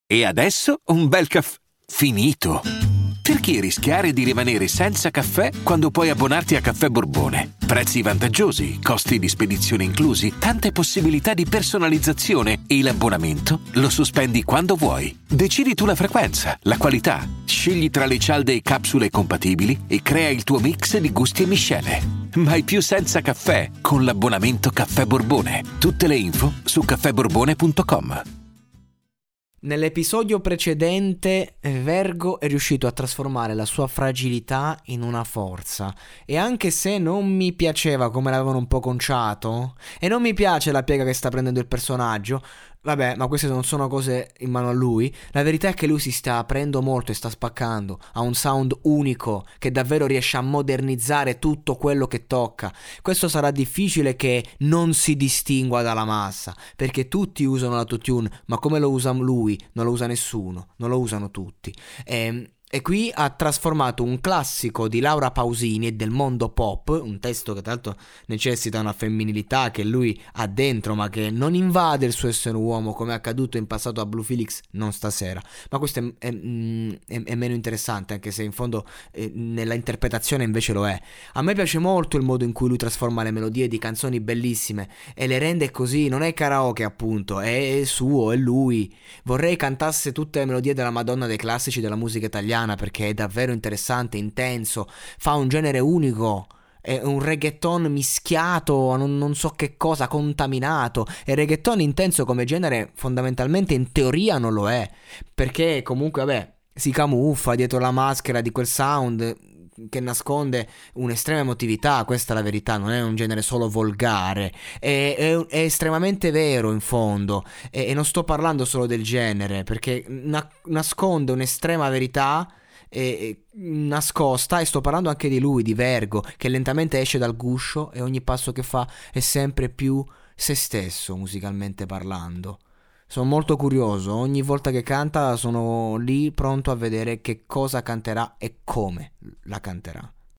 E adesso un bel caffè finito. Perché rischiare di rimanere senza caffè quando puoi abbonarti a Caffè Borbone? Prezzi vantaggiosi, costi di spedizione inclusi, tante possibilità di personalizzazione e l'abbonamento lo sospendi quando vuoi. Decidi tu la frequenza, la qualità, scegli tra le cialde e capsule compatibili e crea il tuo mix di gusti e miscele. Mai più senza caffè con l'abbonamento Caffè Borbone. Tutte le info su caffèborbone.com. Nell'episodio precedente Vergo è riuscito a trasformare la sua fragilità in una forza, e anche se non mi piaceva come l'avevano un po' conciato e non mi piace la piega che sta prendendo il personaggio, vabbè, ma queste non sono cose in mano a lui. La verità è che lui si sta aprendo molto e sta spaccando, ha un sound unico che davvero riesce a modernizzare tutto quello che tocca. Questo sarà difficile che non si distingua dalla massa, perché tutti usano l'autotune, ma come lo usa lui non lo usa nessuno, non lo usano tutti. E qui ha trasformato un classico di Laura Pausini e del mondo pop, un testo che tra l'altro necessita una femminilità che lui ha dentro ma che non invade il suo essere uomo come è accaduto in passato a Blue Felix, non stasera. Ma questo è meno interessante, anche se in fondo nella interpretazione invece lo è. A me piace molto il modo in cui lui trasforma le melodie di canzoni bellissime e le rende così, non è karaoke appunto, è suo, è lui. Vorrei cantasse tutte le melodie della Madonna dei classici della musica italiana, perché è davvero interessante, intenso, fa un genere unico, è un reggaeton mischiato a non so che cosa, contaminato. E il reggaeton intenso come genere fondamentalmente in teoria non lo è, perché comunque vabbè si camuffa dietro la maschera di quel sound che nasconde un'estrema emotività. Questa è la verità, non è un genere solo volgare, è estremamente vero in fondo, e non sto parlando solo del genere, perché nasconde un'estrema verità nascosta, e sto parlando anche di lui, di Vergo, che lentamente esce dal guscio e ogni passo che fa è sempre più se stesso musicalmente parlando. Sono molto curioso, ogni volta che canta sono lì pronto a vedere che cosa canterà e come la canterà.